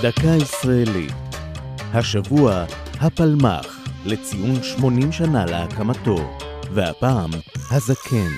דקה ישראלית. השבוע הפלמ"ח לציון 80 שנה להקמתו, והפעם הזקן.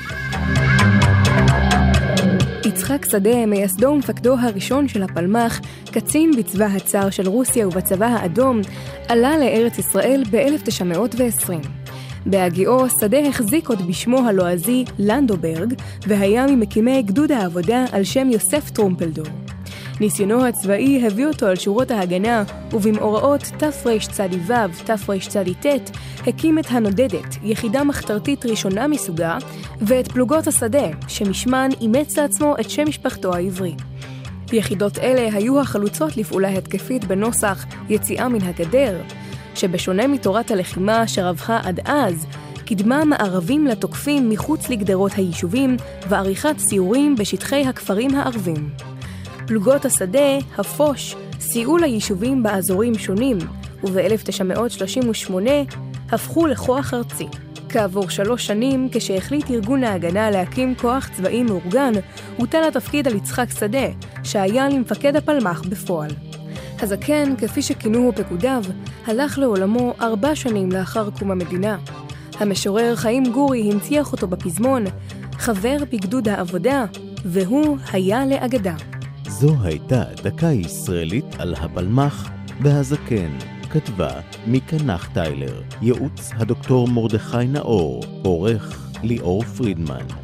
יצחק שדה, מייסדו ומפקדו הראשון של הפלמ"ח, קצין בצבא הצאר של רוסיה ובצבא האדום, עלה לארץ ישראל ב-1920. בהגיעו שדה החזיק עוד בשמו הלועזי לנדוברג, והיה ממקימי גדוד העבודה על שם יוסף טרומפלדור. ניסיונו הצבאי הביא אותו על שורות ההגנה, ובמאורעות תרצ"ו, תרצ"ט, הקים את הנודדת, יחידה מחתרתית ראשונה מסוגה, ואת פלוגות השדה, שמשמן אימץ לעצמו את שם משפחתו העברי. יחידות אלה היו החלוצות לפעולה התקפית בנוסח יציאה מן הגדר, שבשונה מתורת הלחימה שרווחה עד אז, קידמה מערבים לתוקפים מחוץ לגדרות היישובים, ועריכת סיורים בשטחי הכפרים הערבים. פלוגות השדה, הפוש, סייעו ליישובים באזורים שונים, וב-1938 הפכו לכוח ארצי. כעבור 3 שנים, כשהחליט ארגון ההגנה להקים כוח צבאי מאורגן, הוטל התפקיד על יצחק שדה, שהיה למפקד הפלמ"ח בפועל. הזקן, כפי שכינוהו פקודיו, הלך לעולמו 4 שנים לאחר קום המדינה. המשורר חיים גורי הנציח אותו בפזמון, חבר בגדוד העבודה, והוא היה לאגדה. זו הייתה דקה ישראלית על הפלמ"ח והזקן. כתבה מיקה נחטיילר, ייעוץ הדוקטור מרדכי נאור, עורך ליאור פרידמן.